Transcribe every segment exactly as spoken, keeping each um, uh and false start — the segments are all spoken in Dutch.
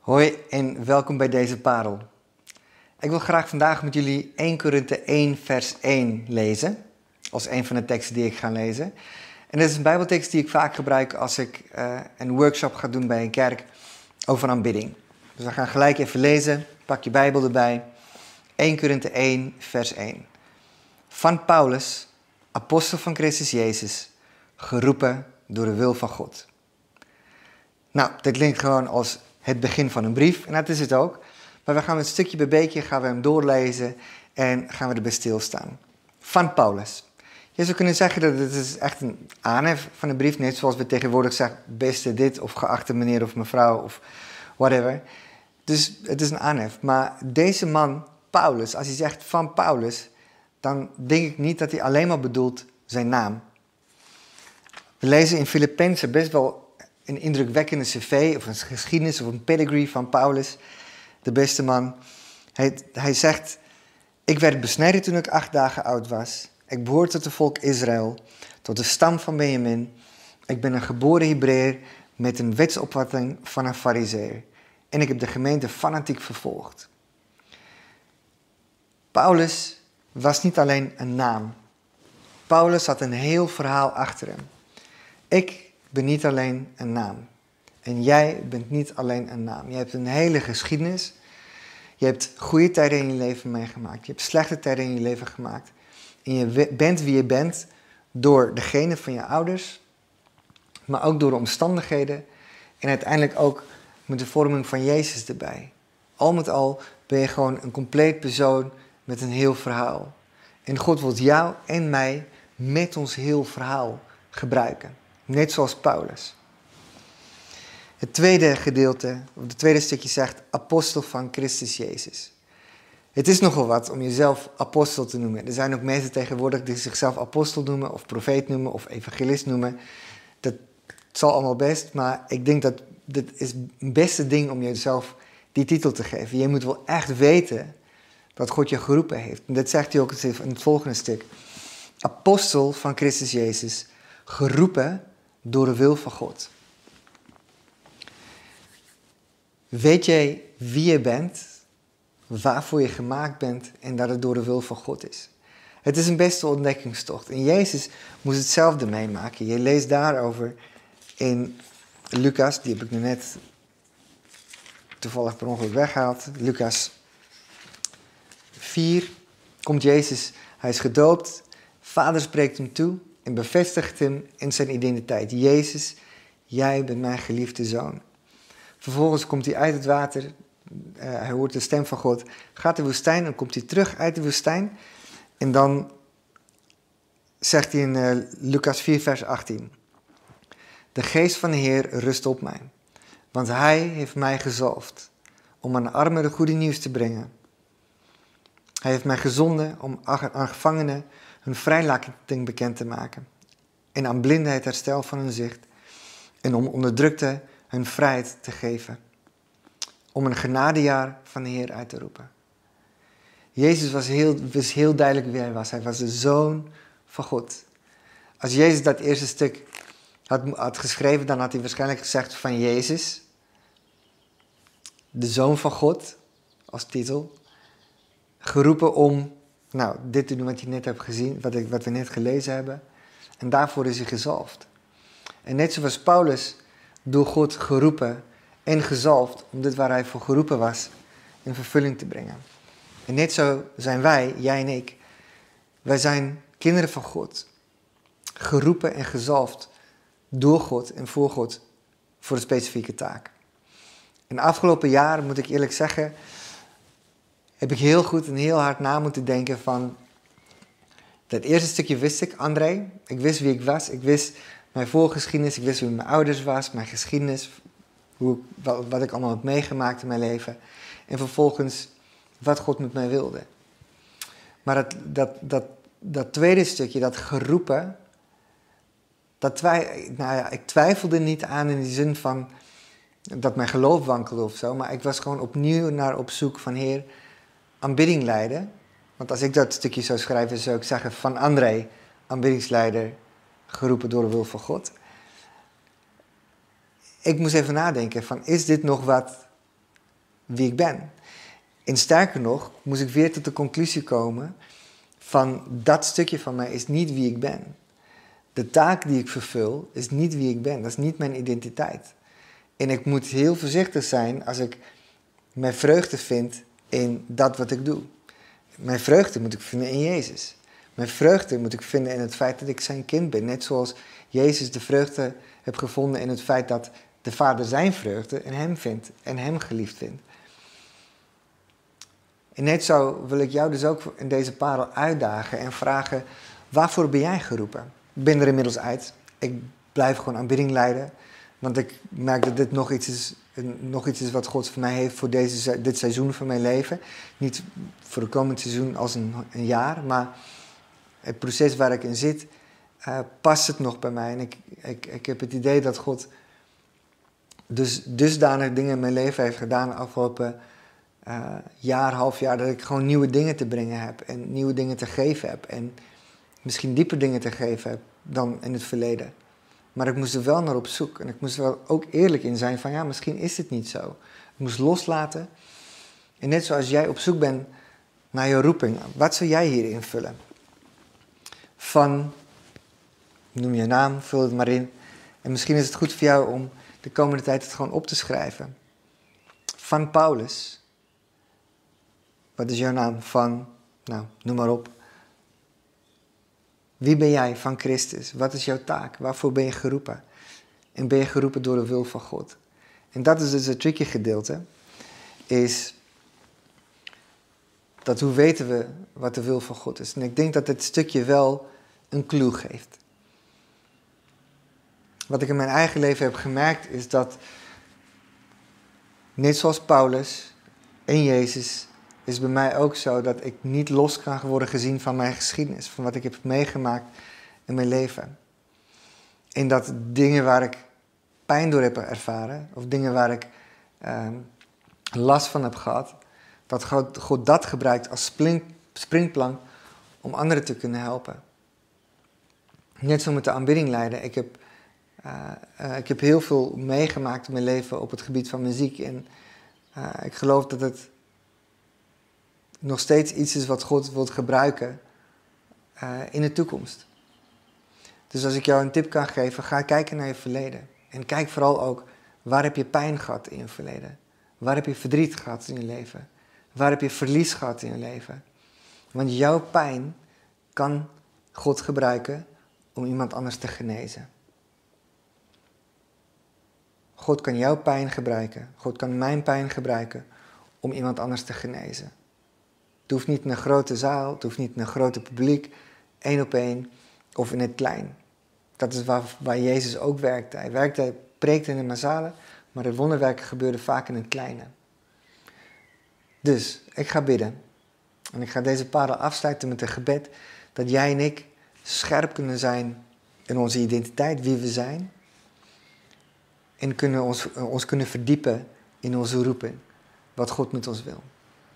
Hoi en welkom bij deze parel. Ik wil graag vandaag met jullie Eerste Korinthe één vers één lezen. Als een van de teksten die ik ga lezen. En dit is een bijbeltekst die ik vaak gebruik als ik uh, een workshop ga doen bij een kerk over aanbidding. Dus we gaan gelijk even lezen. Pak je Bijbel erbij. Eerste Korinthe één vers één. Van Paulus, apostel van Christus Jezus, geroepen door de wil van God. Nou, dit klinkt gewoon als het begin van een brief. En dat is het ook. Maar we gaan een stukje bij beetje gaan we hem doorlezen en gaan we erbij stilstaan. Van Paulus. Je zou kunnen zeggen dat het is echt een aanhef van een brief. Net zoals we tegenwoordig zeggen, beste dit of geachte meneer of mevrouw of whatever. Dus het is een aanhef. Maar deze man, Paulus, als hij zegt van Paulus, dan denk ik niet dat hij alleen maar bedoelt zijn naam. We lezen in Filippenzen best wel een indrukwekkende cv of een geschiedenis of een pedigree van Paulus, de beste man. Hij, hij zegt, ik werd besneden toen ik acht dagen oud was. Ik behoor tot het volk Israël, tot de stam van Benjamin. Ik ben een geboren Hebreeër met een wetsopvatting van een Farizeeër. En ik heb de gemeente fanatiek vervolgd. Paulus was niet alleen een naam. Paulus had een heel verhaal achter hem. Ik ben niet alleen een naam. En jij bent niet alleen een naam. Je hebt een hele geschiedenis. Je hebt goede tijden in je leven meegemaakt. Je hebt slechte tijden in je leven gemaakt. En je bent wie je bent door degene van je ouders, maar ook door de omstandigheden en uiteindelijk ook met de vorming van Jezus erbij. Al met al ben je gewoon een compleet persoon met een heel verhaal. En God wil jou en mij met ons heel verhaal gebruiken. Net zoals Paulus. Het tweede gedeelte, of het tweede stukje zegt, apostel van Christus Jezus. Het is nogal wat om jezelf apostel te noemen. Er zijn ook mensen tegenwoordig die zichzelf apostel noemen, of profeet noemen, of evangelist noemen. Dat zal allemaal best, maar ik denk dat dit is het beste ding om jezelf die titel te geven. Je moet wel echt weten dat God je geroepen heeft. En dat zegt hij ook in het volgende stuk. Apostel van Christus Jezus, geroepen door de wil van God. Weet jij wie je bent, waarvoor je gemaakt bent en dat het door de wil van God is? Het is een beste ontdekkingstocht. En Jezus moest hetzelfde meemaken. Je leest daarover in Lucas, die heb ik nu net toevallig per ongeluk weggehaald. Lucas vier komt Jezus, hij is gedoopt, Vader spreekt hem toe en bevestigt hem in zijn identiteit. Jezus, jij bent mijn geliefde zoon. Vervolgens komt hij uit het water, uh, hij hoort de stem van God, gaat de woestijn en komt hij terug uit de woestijn. En dan zegt hij in uh, Lucas vier vers achttien. De geest van de Heer rust op mij, want hij heeft mij gezalfd om aan de armen de goede nieuws te brengen. Hij heeft mij gezonden om aan gevangenen hun vrijlating bekend te maken en aan blindheid herstel van hun zicht en om onderdrukten hun vrijheid te geven, om een genadejaar van de Heer uit te roepen. Jezus was heel, was heel duidelijk wie hij was. Hij was de Zoon van God. Als Jezus dat eerste stuk had, had geschreven, dan had hij waarschijnlijk gezegd van Jezus, de Zoon van God, als titel, geroepen om, nou, dit te doen wat je net hebt gezien, wat, ik, wat we net gelezen hebben. En daarvoor is hij gezalfd. En net zoals Paulus door God geroepen en gezalfd, om dit waar hij voor geroepen was, in vervulling te brengen. En net zo zijn wij, jij en ik, wij zijn kinderen van God. Geroepen en gezalfd door God en voor God voor een specifieke taak. In de afgelopen jaren, moet ik eerlijk zeggen, heb ik heel goed en heel hard na moeten denken van, dat eerste stukje wist ik, André. Ik wist wie ik was, ik wist mijn voorgeschiedenis, ik wist wie mijn ouders was, mijn geschiedenis, hoe, wat, wat ik allemaal heb meegemaakt in mijn leven. En vervolgens wat God met mij wilde. Maar dat, dat, dat, dat tweede stukje, dat geroepen, dat twij, nou ja, ik twijfelde niet aan in die zin van dat mijn geloof wankelde of zo, maar ik was gewoon opnieuw naar op zoek van Heer, aanbidding leiden. Want als ik dat stukje zou schrijven, zou ik zeggen van André, aanbiddingsleider, geroepen door de wil van God. Ik moest even nadenken van, is dit nog wat wie ik ben. En sterker nog, moest ik weer tot de conclusie komen van dat stukje van mij is niet wie ik ben. De taak die ik vervul is niet wie ik ben. Dat is niet mijn identiteit. En ik moet heel voorzichtig zijn als ik mijn vreugde vind in dat wat ik doe. Mijn vreugde moet ik vinden in Jezus. Mijn vreugde moet ik vinden in het feit dat ik zijn kind ben. Net zoals Jezus de vreugde heeft gevonden in het feit dat de Vader zijn vreugde in hem vindt en hem geliefd vindt. En net zo wil ik jou dus ook in deze parel uitdagen en vragen, waarvoor ben jij geroepen? Ik ben er inmiddels uit. Ik blijf gewoon aanbidding leiden. Want ik merk dat dit nog iets is, nog iets is wat God voor mij heeft voor deze, dit seizoen van mijn leven. Niet voor het komend seizoen als een, een jaar, maar het proces waar ik in zit, uh, past het nog bij mij. En ik, ik, ik heb het idee dat God dus dusdanig dingen in mijn leven heeft gedaan de afgelopen uh, jaar, half jaar, dat ik gewoon nieuwe dingen te brengen heb en nieuwe dingen te geven heb. En misschien dieper dingen te geven heb dan in het verleden. Maar ik moest er wel naar op zoek. En ik moest er wel ook eerlijk in zijn van ja, misschien is het niet zo. Ik moest loslaten. En net zoals jij op zoek bent naar je roeping, wat zou jij hier invullen? Van, noem je naam, vul het maar in. En misschien is het goed voor jou om de komende tijd het gewoon op te schrijven. Van Paulus. Wat is jouw naam? Van, nou, noem maar op. Wie ben jij van Christus? Wat is jouw taak? Waarvoor ben je geroepen? En ben je geroepen door de wil van God? En dat is dus het tricky gedeelte. Is dat hoe weten we wat de wil van God is? En ik denk dat dit stukje wel een clue geeft. Wat ik in mijn eigen leven heb gemerkt is dat, net zoals Paulus en Jezus, is bij mij ook zo dat ik niet los kan worden gezien van mijn geschiedenis, van wat ik heb meegemaakt in mijn leven. En dat dingen waar ik pijn door heb ervaren, of dingen waar ik uh, last van heb gehad, dat God, God dat gebruikt als spring, springplank om anderen te kunnen helpen. Net zo met de aanbidding leiden. Ik heb, uh, uh, ik heb heel veel meegemaakt in mijn leven op het gebied van muziek. En uh, ik geloof dat het nog steeds iets is wat God wil gebruiken uh, in de toekomst. Dus als ik jou een tip kan geven, ga kijken naar je verleden. En kijk vooral ook, waar heb je pijn gehad in je verleden? Waar heb je verdriet gehad in je leven? Waar heb je verlies gehad in je leven? Want jouw pijn kan God gebruiken om iemand anders te genezen. God kan jouw pijn gebruiken. God kan mijn pijn gebruiken om iemand anders te genezen. Het hoeft niet in een grote zaal, het hoeft niet in een grote publiek, één op één of in het klein. Dat is waar, waar Jezus ook werkte. Hij werkte, hij preekte in de massale, maar de wonderwerken gebeurden vaak in het kleine. Dus, ik ga bidden. En ik ga deze parel afsluiten met een gebed dat jij en ik scherp kunnen zijn in onze identiteit, wie we zijn. En kunnen ons, ons kunnen verdiepen in onze roeping, wat God met ons wil.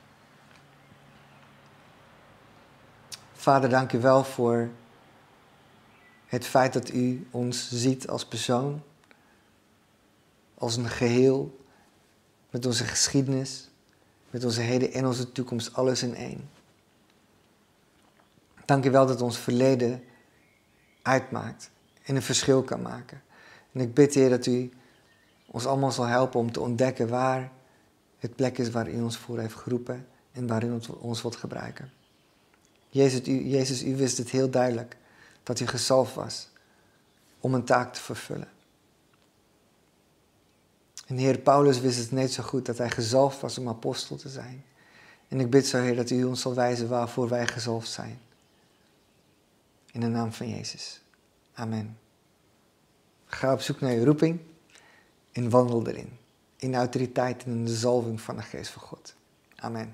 Vader, dank u wel voor het feit dat u ons ziet als persoon, als een geheel, met onze geschiedenis, met onze heden en onze toekomst, alles in één. Dank u wel dat ons verleden uitmaakt en een verschil kan maken. En ik bid, Heer, dat u ons allemaal zal helpen om te ontdekken waar het plek is waar u ons voor heeft geroepen en waar u ons wilt gebruiken. Jezus u, Jezus, u wist het heel duidelijk dat u gezalfd was om een taak te vervullen. En Heer, Paulus wist het net zo goed dat hij gezalfd was om apostel te zijn. En ik bid zo, Heer, dat u ons zal wijzen waarvoor wij gezalfd zijn. In de naam van Jezus. Amen. Ga op zoek naar je roeping en wandel erin. In de autoriteit en in de zalving van de geest van God. Amen.